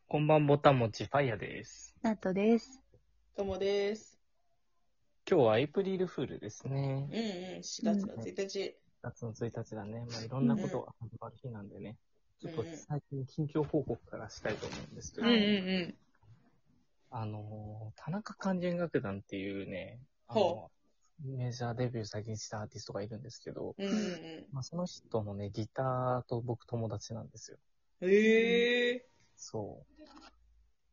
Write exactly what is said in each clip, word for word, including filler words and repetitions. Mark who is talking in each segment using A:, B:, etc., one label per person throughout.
A: こんばんぼたもちファイヤです。
B: ナットです。
C: ともです。
A: 今日はエイプリルフールですね。
C: うんうん、しがつのついたち。
A: しがつのついたちだね。まあ、いろんなことが始まる日なんでね。
C: うん、
A: ちょっと最近近況報告からしたいと思うんですけど、
C: うんうんうん。
A: あのー、田中管弦楽団っていうね、あの
C: ほ
A: メジャーデビュー最近したアーティストがいるんですけど、
C: う。うんうんう
A: まあ、その人のね、ギターと僕友達なんですよ。
C: ん。へえ
A: そう。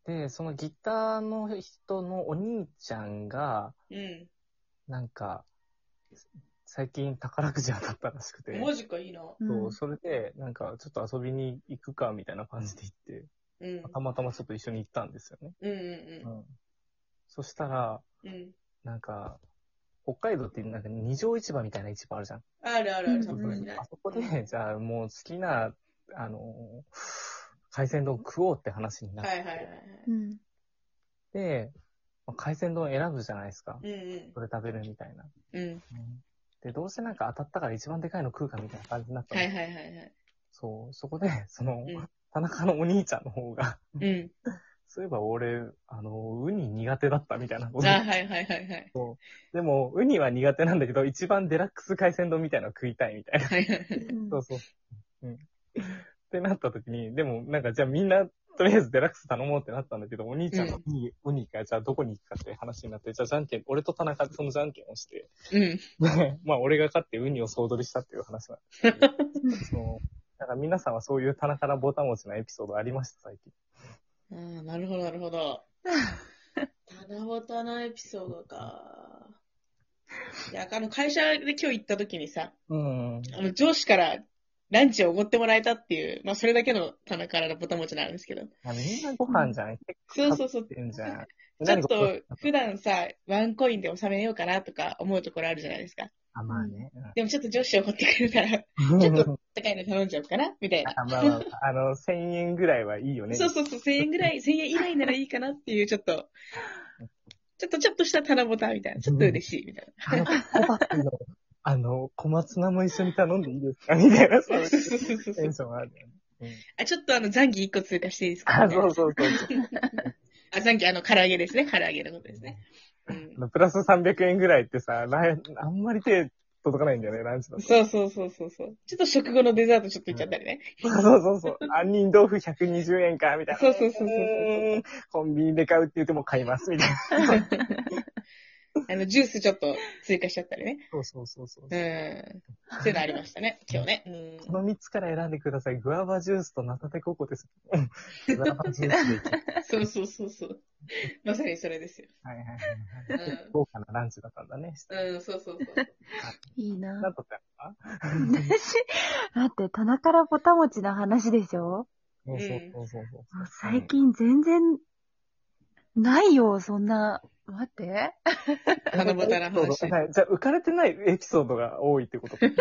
A: で、そのギターの人のお兄ちゃんが、
C: ー。うん。
A: なんか、最近宝くじ当たったらしくて、
C: マジか、いいな。
A: そう、それで、なんか、ちょっと遊びに行くか、みたいな感じで行って、
C: うん。
A: たまたまちょっと一緒に行ったんですよね。
C: うんうん
A: うん。そしたら、
C: うん。うん。
A: なんか、北海道ってなんか二条市場みたいな市場あるじゃん。
C: あるあるある、
B: うん
C: 札幌にない。
A: あそこで、
C: うん
A: じゃあもう好きな、あのー海鮮丼食おうって話になって、
C: はいはいはいはい。
B: うん。
A: で、まあ海鮮丼選ぶじゃないですか。
C: うんうん。
A: それ食べるみたいな。
C: うん。
A: うんで、どうせなんか当たったから一番でかいの食うかみたいな感じになったの。
C: はいはいはいはい。
A: そう、そこで、その、
C: うん
A: 田中のお兄ちゃんの方が、
C: うん。
A: そういえば俺、あの、ウニ苦手だったみたいなこと。
C: あ、はいはいはいはい。
A: でも、ウニは苦手なんだけど、一番デラックス海鮮丼みたいなの食いたいみたいな。
C: はいはいはい。
A: そうそう。うん。ってなった時に、でも、なんかじゃあみんな、とりあえずデラックス頼もうってなったんだけど、お兄ちゃんのウニ、ウニが、じゃあどこに行くかって話になって、じゃあじゃんけん、俺と田中でそのじゃんけんをして、
C: うん。
A: で、まあ俺が勝ってウニを総取りしたっていう話なんですけど、そう。だから皆さんはそういう田中のボタン持ちのエピソードありました、最近。
C: ああ、なるほどなるほど。七夕のエピソードか。いや、あの、会社で今日行った時にさ、
A: うん。
C: あの、上司からランチをおごってもらえたっていう、まあ、それだけの棚からのボタン持ちなんですけど。
A: あみんなご飯じゃん。結構
C: そうそうそう。
A: 買ってんじゃん。
C: ちょっと
A: 何、
C: 普段さ、ワンコインで収めようかなとか思うところあるじゃないですか。
A: あ、まあね。
C: でもちょっと上司をおごってくれるから、
A: うん、
C: ちょっと高いの頼んじゃおうかなみたいな。
A: あ、まあまあ、あの、せんえんぐらいはいいよね。
C: そうそうそう、せんえんぐらい、せんえん以内ならいいかなっていう、ちょっと、ちょっとちょっとした棚ボタンみたいな。ちょっと嬉しいみたい
A: あの、小鉢の、あの、小松菜も一緒に頼んでいいですかみたいな、そう
C: な。
A: いう
C: そうそうそうそう
A: テン。ションあるよね。うん、
C: あ、ちょっとあの、残機いっこ追加していいですか
A: あ、
C: みたいな。
A: そうそうそう。
C: あ、残機、あの、唐揚げですね。唐揚げのことですね。うん
A: あのプラスさんびゃくえんぐらいってさ、ライあんまり手届かないんだよね、ランチだと。
C: そうそうそうそうそう。ちょっと食後のデザートちょっといっちゃったりね。
A: そうそうそうそう。杏仁豆腐ひゃくにじゅうえんか、みたいな。
C: そうそうそうそうそう
A: ーんコンビニで買うって言っても買います、みたいな。
C: あの、ジュースちょっと追加しちゃったりね。
A: そうそうそうそう。
C: うん。そういうのありましたね、今日ね。うん。
A: このみっつから選んでください。グアバジュースとナタデココです。うんグアバジュースでいき
C: そうそうそうそう。まさにそれですよ。
A: はいはいはいはい。
C: うん
A: 豪華なランチだったんだね。
C: うん、そうそうそう。
B: いいな。
A: なんとったか
B: だって、棚からぼたもちの話でしょ？
A: そうそうそうそうそう。
B: もう最近全然、ないよ、そんな。待って。
C: 七夕の話。
A: はい。じゃあ、浮かれてないエピソードが多いってことか。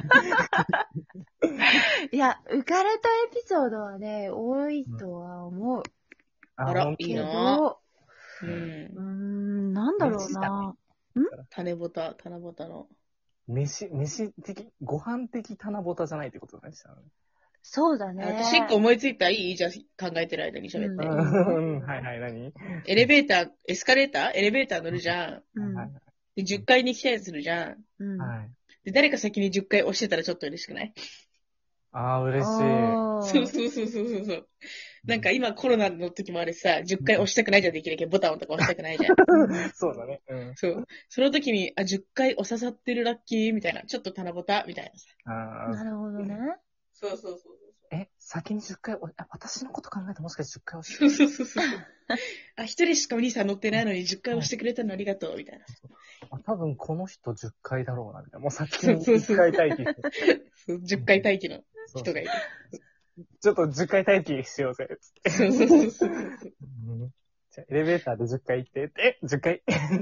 B: いや、浮かれたエピソードはね、多いとは思う。
C: あら、いい
B: け
C: な
B: ど、
C: う。
B: うんーん、なんだろうな。
C: 種ボタ、七夕の。
A: 飯、飯的、ご飯的棚ぼたじゃないってことだね。
B: そうだね。
C: 私一個思いついたいいじゃあ考えてる間に喋って。
A: うん、はいはい、何
C: エレベーター、エスカレーターエレベーター乗るじゃん。
B: うん。
A: はい
C: で、じゅっかいに来たやつするじゃん。
B: うん。
A: はい。
C: で、誰か先にじゅっかい押してたらちょっと嬉しくない
A: ああ、嬉しい。
C: そうそうそうそうそう。なんか今コロナの時もあれさ、じゅっかい押したくないじゃんできるけど、ボタンとか押したくないじゃん。
A: そうだね。うん。
C: そう。その時に、あ、じゅっかい押ささってるラッキーみたいな。ちょっと棚ボタみたいなさ。
A: あ
B: なるほどね。
C: そうそうそうそう。
A: え、先にじゅっかい、あ、私のこと考えてもしかしてじゅっかい押し
C: そうそうそうそう。あ、一人しかお兄さん乗ってないのにじゅっかい押してくれたのありがとう、みたいな。
A: あ、多分この人じゅっかいだろうな、みたいな。もう先にいっかい待機して。
C: そうじゅっかい待機の人がいる。
A: ちょっとじゅっかい待機しようぜ、つって。
C: そうそうそうそう。
A: うんじゃあエレベーターでじゅっかい行って、え、じゅっかい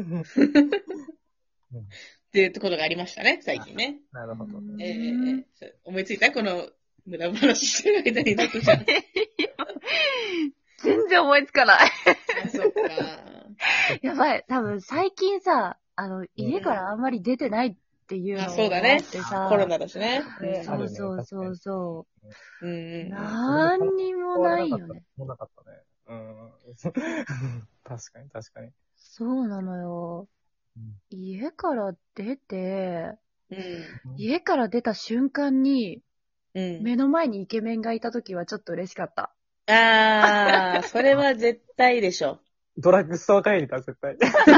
C: っていうところがありましたね、最近ね。
A: なるほど。
B: うん
C: ええええ思いついたこの無駄話してる間になってちゃう。
B: 全然思いつかない。
C: あ、そっか。
B: やばい。多分最近さ、あの、家からあんまり出てないっていうの
C: あ、
B: が
C: そうだね
B: あってさ。
C: コロナだしね。
A: ね
B: そうそうそうそう。
C: うんうんうん。
B: 何にもないよね。
A: もなかったね。 確かに、確かに。
B: そうなのよ。
A: うん
B: 家から出て、
C: うん。
B: 家から出た瞬間に、
C: うん。
B: 目の前にイケメンがいたときはちょっと嬉しかった。
C: あー、それは絶対でしょ。
A: ドラッグストア帰りだ、絶対。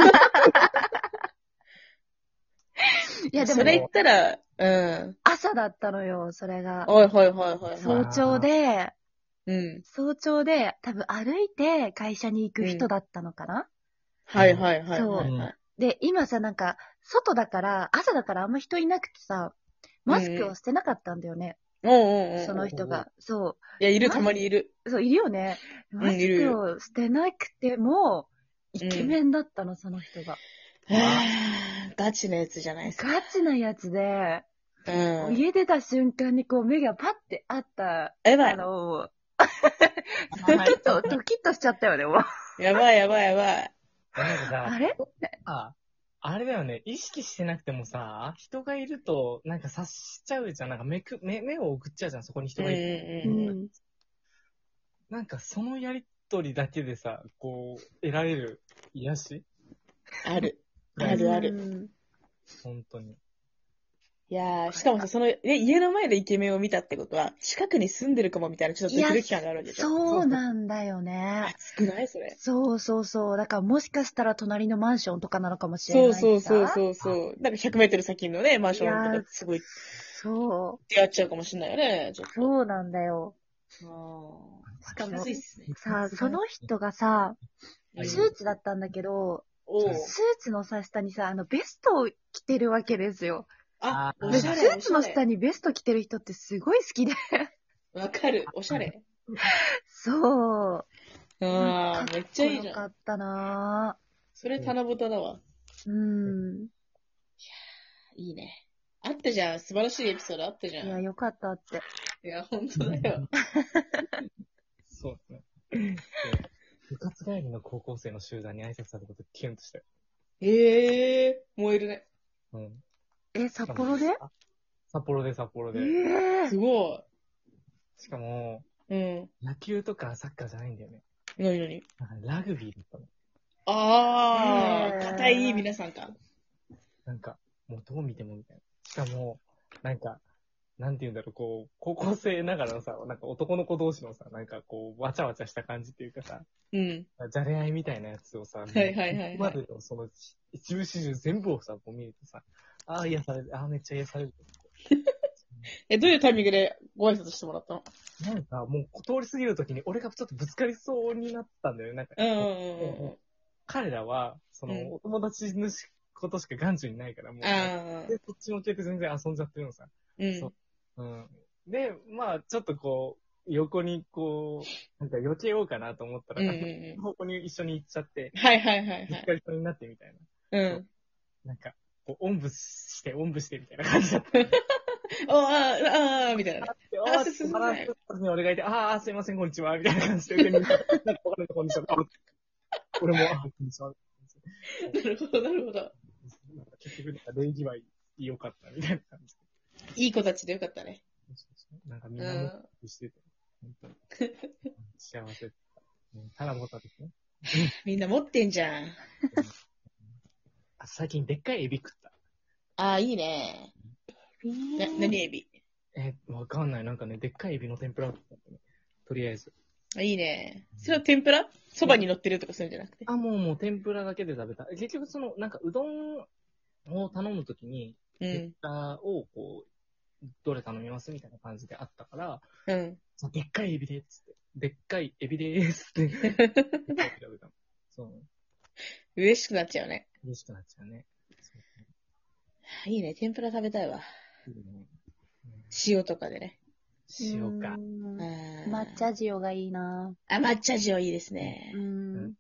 B: いやでも
C: それ言ったら、うん。
B: 朝だったのよ、それが。
C: おいほいほいほいほい。
B: 早朝で、
C: うん。
B: 早朝で、多分歩いて会社に行く人だったのかな、
C: はいはいはい
B: そう
C: はいはい。
B: で、今さ、なんか、外だから、朝だからあんま人いなくてさ、マスクをしてなかったんだよね、
C: おうおうおう
B: その人が。そ
C: いや、いる、
B: マス
C: たまにいる。
B: う。そう、いるよね。マス
C: いる
B: クをしてなくても、イケメンだったの、その人が。
C: へー、ガチなやつじゃないですか。
B: ガチなやつで、
C: うん。
B: 家出た瞬間にこう目がパッてあった、
C: やばい
B: あの、ドキッと、ドキッとしちゃったよね、もう。
C: やばいやばいやばい。
A: なんかさ、
B: あれ
A: あ、あれだよね、意識してなくてもさ、人がいると、なんか察しちゃうじゃん。なんか目く、目、目を送っちゃうじゃん、そこに人
C: うん
A: がいる。
B: う
C: うんうん。
B: ん。
A: なんかそのやりとりだけでさ、こう、得られる癒し
C: ある。あるある。
B: うん
A: 本当に。
C: いやー、しかもさ、その、ね、家の前でイケメンを見たってことは、近くに住んでるかもみたいな、ちょっとドキドキ感があるわけでしょ。
B: そうなんだよね。
C: 熱くないそれ。
B: そうそうそう。だからもしかしたら隣のマンションとかなのかもしれ
C: そう
B: ない
C: そうそう
B: う。
C: そうそう。なんかひゃくメートル先のね、マンションと
B: いやー
C: かすごい
B: そ
C: 出会っちゃうかもしれないよね、ちょっ
B: う。
C: と。
B: そうなんだよ。
C: あー。
B: しかも
C: 気まずいっすね。
B: さあ、その人がさ、
C: うん
B: スーツだったんだけど、
C: おう。
B: スーツのさ、下にさ、あの、ベストを着てるわけですよ。
C: あ、
A: あ
C: お
B: でス
C: しゃれ、お
B: ーツの
C: しゃれ。
B: 下にベスト着てる人ってすごい好きで。
C: わかる、おしゃれ。
B: そう。
C: あー、めっちゃいいじゃん。
B: かっこよかったな
C: それ棚ぼただわ。
B: ぁ。うん。
C: いいね。あったじゃん。素晴らしいエピソードあったじゃ
B: いや、
C: ん。
B: よかったって。
C: いや、ほんとだよ。
A: そうですね。で部活帰りの高校生の集団に挨拶されたことキュンとしたよ。
C: ええー、燃えるね。
A: うん。
B: え、札幌で
A: 札幌で札幌
B: え
A: で。
B: え
C: すご
A: しかも、
C: い。うん。
A: 野球とかサッカーじゃないんだよね。
C: なになに
A: なんかラグビーだったの。
C: あー、
B: へー
C: 硬い皆さんか。
A: なんか、もうどう見てもみたいな。しかも、なんか、なんて言うんだろう、こう、高校生ながらのさ、なんか男の子同士のさ、なんかこう、わちゃわちゃした感じっていうかさ、
C: うん。
A: じゃれ合いみたいなやつをさ、はい
C: はいはいはい
A: 今までのその、一部始終全部をさ、こう見るとさ、ああ、癒される、ああ、めっちゃ癒される。
C: え、どういうタイミングでご挨拶してもらったの
A: なんか、もう通り過ぎるときに俺がちょっとぶつかりそうになったんだよね。なんか、
C: うんうんうんうん。
A: 彼らは、その、
C: うん
A: お友達のことしか眼中にないから、もう、
C: あ
A: で、こっちのけて全然遊んじゃってるのさ。
C: ー。
A: そうう。うん。で、まあ、ちょっとこう、横にこう、なんか避けようかなと思ったら、
C: うんうんうん
A: 方向に一緒に行っちゃって、
C: はいはいはいはい。
A: ぶつかりそうになってみたいな。
C: うん。
A: なんか、こう、おんぶして、おんぶしてみたいな感じだった。
C: おあー、あー、みたいな。
A: で、お
C: あ
A: ーってバランス取った時に俺がいて、ああ、すいません、こんにちは、みたいな感じで、受け身になんかわかるこんにちは。俺も、あこんにちは。
C: なるほど、なるほど。
A: なんか結局、なんか礼儀は良かったみたいな感じで。
C: いい子たちでよかったね。
A: なんかみ
C: うん
A: なもっしてて、本当に幸せだった。うんただもったですね。
C: みんな持ってんじゃん。
A: あ最近でっかいエビ食った。
C: あー、いいね。な、何エビ
A: えー、わかんない。なんかね、でっかいエビの天ぷらだったんだね。とりあえず。
C: あいいね。それは天ぷらそばに乗ってるとかそういうんじゃなくて。
A: あ、もうもう天ぷらだけで食べた。結局その、なんかうどんを頼むときに、
C: うん。
A: 天ぷらをこう、どれ頼みますみたいな感じであったから、
C: うん。
A: そうでっかいエビでっつって、でっかいエビでーすって食べたの。そう。
C: 嬉しくなっちゃうね。
A: 嬉しくなっちゃうね。そう
C: いいね。天ぷら食べたいわ。
A: いいねうん
C: 塩とかでね。
A: 塩か。
B: うん
C: あー
B: 抹茶塩がいいな
C: あ、抹茶塩いいです
B: ぁ。
C: ね
B: う。ん。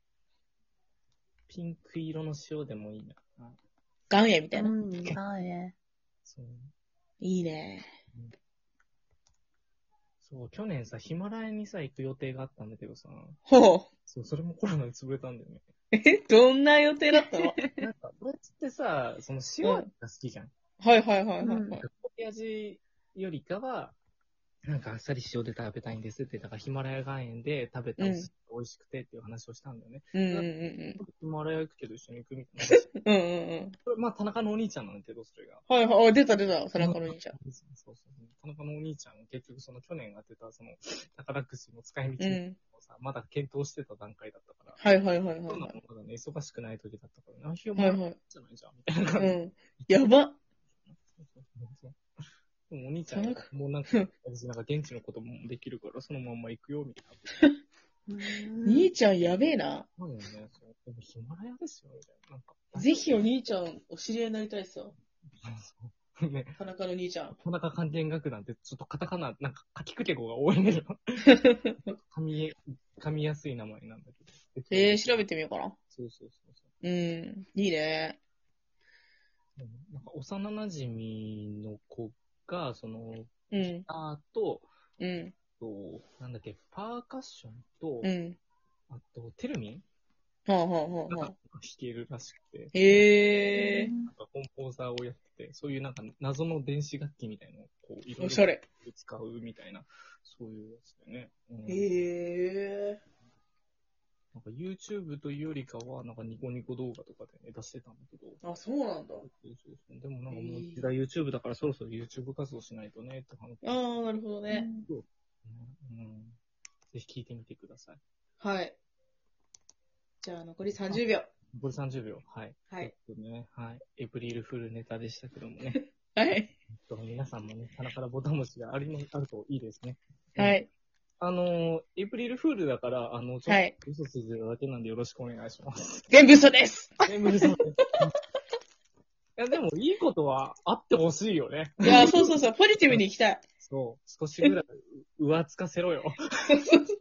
A: ピンク色の塩でもいいな。
C: 岩塩みたいな。
B: うん、あね。
A: そう。
C: いいね。
A: そう、去年さ、ヒマラヤにさ、行く予定があったんだけどさ、
C: ほう。
A: そう、それもコロナで潰れたんだよね。
C: え、どんな予定だったの
A: なんか、俺ってさ、その塩味が好きじゃん。
C: はいはいはいはい、
B: うん
C: はい。
A: 濃い味よりかは、 なんかあっさり塩で食べたいんですって、だからヒマラヤ岩塩で食べたお寿司が美味しくてっていう話をしたんだよね。
C: うんうんうん
A: ヒマラヤ行くけど一緒に行くみたいな話。
C: うん。うんうんうん。
A: これ、まあ、田中のお兄ちゃんなんだけど、それが。
C: はいはい。あ、出た出た、田中の兄ちゃん。
A: そうそうそう。田中のお兄ちゃん、結局その去年当てた、その、宝くじの使い道
C: うん。
A: をさ、まだ検討してた段階だったから。
C: はいはいはいはい
A: そうな
C: はい。
A: のまだね、忙しくない時だったから、あ、ひよ
C: はいはい。
A: じゃないじゃん、みたいな感じで。
C: うん。やば。
A: そうそうそうでもお兄ちゃん、もうなんか、私なんか現地のこともできるから、そのまんま行くよ、みたいな。
C: 兄ちゃんやべえな。
A: そうだよね、そう。でもヒマラヤですよ、みたいな。なんか。
C: ぜひお兄ちゃん、お知り合いになりたいっすよ。
A: そうね。
C: 田中の兄ちゃん。
A: 田中関連学団ってちょっとカタカナ、なんか書きくけ語が多いね。噛み、噛みやすい名前なんだけど。
C: えー、調べてみようかな。
A: そうそうそうそう。
C: うん。いいね。
A: うんなんか幼馴染の子が、その、
C: うん。
A: アート
C: うん。
A: と、なんだっけ、パーカッションと、
C: うん。
A: あと、テルミン
C: はあはあはあ
A: が
C: はあ。
A: 弾けるらしくて、
C: へえ
A: なんかコンポーザーをやってて、そういうなんか謎の電子楽器みたいなのをこう、い
C: ー。
A: ろい
C: おしゃれ。
A: ろ使うみたいな、そういうやつでね。うん
C: へえ。
A: なんか YouTube というよりかは、なんかニコニコ動画とかでね、出してたんだけど。
C: あ、そうなんだ。
A: そうそうそうでもなんかもう
C: へー
A: 時代 YouTube だからそろそろ YouTube 活動しないとねって話。
C: ああ、なるほどね。
A: そううん。ぜひ聞いてみてください。
C: はい。じゃあ、残りさんじゅうびょう。
A: 残りさんじゅうびょう。はい。
C: はい。
A: ちょっとね、はい。エイプリルフルネタでしたけどもね。
C: はい。
A: ちょっと皆さんもね、棚からボタン持ちがありあるといいですね。
C: はい。
A: あのー、エイプリルフールだから、あの、ちょっ
C: はい
A: と嘘ついてるだけなんでよろしくお願いします。
C: 全部嘘です。
A: 全部嘘です。いや、でもいいことはあってほしいよね。
C: いや、そうそうそう、ポジティブに行きたい。
A: そう。少しぐらい、浮つかせろよ。